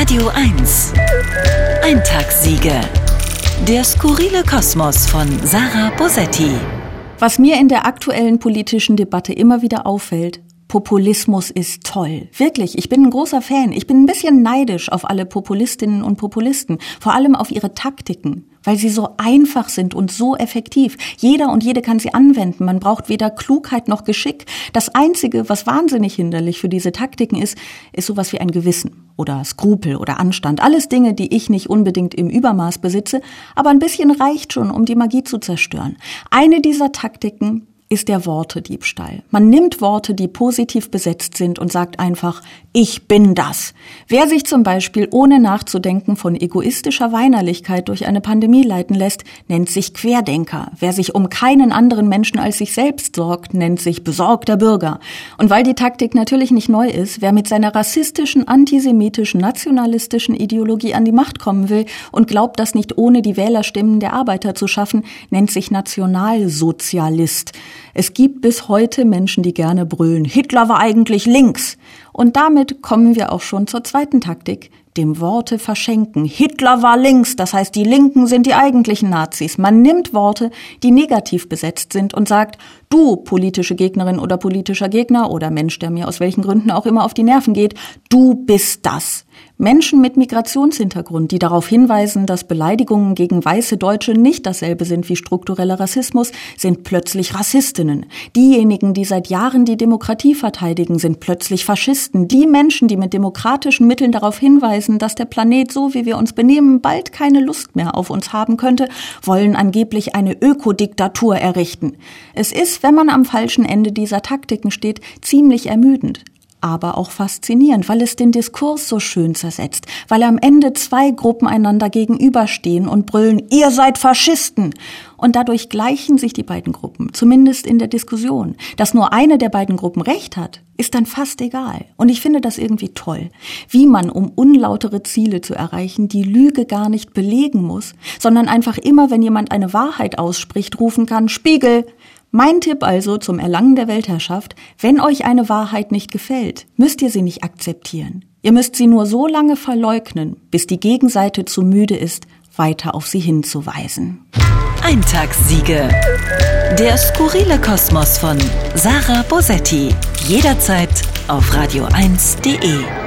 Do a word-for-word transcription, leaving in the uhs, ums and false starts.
Radio eins. Eintagssiege. Der skurrile Kosmos von Sarah Bosetti. Was mir in der aktuellen politischen Debatte immer wieder auffällt: Populismus ist toll. Wirklich, ich bin ein großer Fan. Ich bin ein bisschen neidisch auf alle Populistinnen und Populisten, vor allem auf ihre Taktiken, weil sie so einfach sind und so effektiv. Jeder und jede kann sie anwenden. Man braucht weder Klugheit noch Geschick. Das Einzige, was wahnsinnig hinderlich für diese Taktiken ist, ist sowas wie ein Gewissen oder Skrupel oder Anstand. Alles Dinge, die ich nicht unbedingt im Übermaß besitze, aber ein bisschen reicht schon, um die Magie zu zerstören. Eine dieser Taktiken ist der Wortediebstahl. Man nimmt Worte, die positiv besetzt sind, und sagt einfach: Ich bin das. Wer sich zum Beispiel ohne nachzudenken von egoistischer Weinerlichkeit durch eine Pandemie leiten lässt, nennt sich Querdenker. Wer sich um keinen anderen Menschen als sich selbst sorgt, nennt sich besorgter Bürger. Und weil die Taktik natürlich nicht neu ist, wer mit seiner rassistischen, antisemitischen, nationalistischen Ideologie an die Macht kommen will und glaubt, das nicht ohne die Wählerstimmen der Arbeiter zu schaffen, nennt sich Nationalsozialist. Es gibt bis heute Menschen, die gerne brüllen: Hitler war eigentlich links. Und damit kommen wir auch schon zur zweiten Taktik: dem Worte verschenken. Hitler war links, das heißt, die Linken sind die eigentlichen Nazis. Man nimmt Worte, die negativ besetzt sind, und sagt: Du, politische Gegnerin oder politischer Gegner oder Mensch, der mir aus welchen Gründen auch immer auf die Nerven geht, du bist das. Menschen mit Migrationshintergrund, die darauf hinweisen, dass Beleidigungen gegen weiße Deutsche nicht dasselbe sind wie struktureller Rassismus, sind plötzlich Rassistinnen. Diejenigen, die seit Jahren die Demokratie verteidigen, sind plötzlich Faschisten. Die Menschen, die mit demokratischen Mitteln darauf hinweisen, dass der Planet, so wie wir uns benehmen, bald keine Lust mehr auf uns haben könnte, wollen angeblich eine Ökodiktatur errichten. Es ist, wenn man am falschen Ende dieser Taktiken steht, ziemlich ermüdend, aber auch faszinierend, weil es den Diskurs so schön zersetzt, weil am Ende zwei Gruppen einander gegenüberstehen und brüllen: Ihr seid Faschisten! Und dadurch gleichen sich die beiden Gruppen, zumindest in der Diskussion. Dass nur eine der beiden Gruppen recht hat, ist dann fast egal. Und ich finde das irgendwie toll, wie man, um unlautere Ziele zu erreichen, die Lüge gar nicht belegen muss, sondern einfach immer, wenn jemand eine Wahrheit ausspricht, rufen kann: Spiegel! Mein Tipp also zum Erlangen der Weltherrschaft: Wenn euch eine Wahrheit nicht gefällt, müsst ihr sie nicht akzeptieren. Ihr müsst sie nur so lange verleugnen, bis die Gegenseite zu müde ist, weiter auf sie hinzuweisen. Eintagssiege. Der skurrile Kosmos von Sarah Bosetti. Jederzeit auf radio eins punkt de.